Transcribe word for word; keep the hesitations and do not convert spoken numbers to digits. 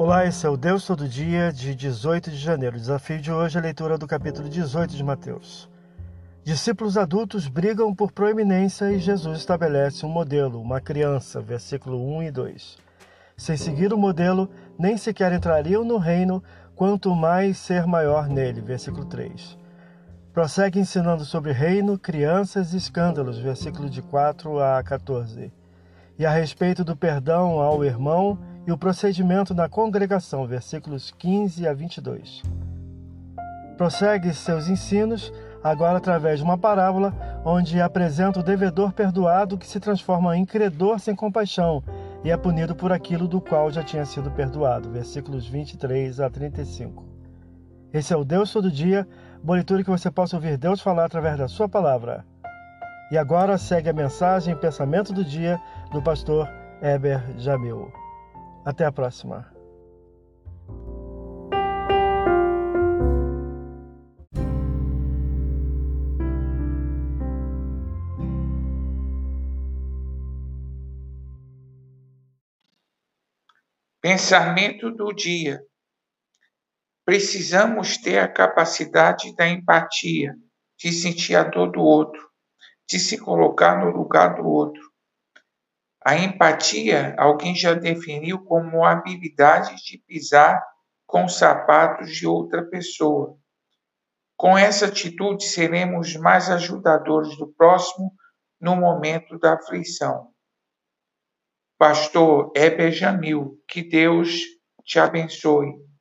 Olá, esse é o Deus Todo Dia, de dezoito de janeiro. O desafio de hoje é a leitura do capítulo dezoito de Mateus. Discípulos adultos brigam por proeminência e Jesus estabelece um modelo, uma criança, versículo um e dois. Sem seguir o modelo, nem sequer entrariam no reino, quanto mais ser maior nele, versículo três. Prossegue ensinando sobre reino, crianças e escândalos, versículo de quatro a quatorze. E a respeito do perdão ao irmão e o procedimento na congregação, versículos quinze a vinte e dois. Prossegue seus ensinos, agora através de uma parábola, onde apresenta o devedor perdoado que se transforma em credor sem compaixão e é punido por aquilo do qual já tinha sido perdoado, versículos vinte e três a trinta e cinco. Esse é o Deus Todo Dia, boa leitura que você possa ouvir Deus falar através da sua palavra. E agora segue a mensagem e pensamento do dia do pastor Heber Jamil. Até a próxima. Pensamento do dia. Precisamos ter a capacidade da empatia, de sentir a dor do outro, de se colocar no lugar do outro. A empatia, alguém já definiu como a habilidade de pisar com os sapatos de outra pessoa. Com essa atitude, seremos mais ajudadores do próximo no momento da aflição. Pastor Heber Jamil, que Deus te abençoe.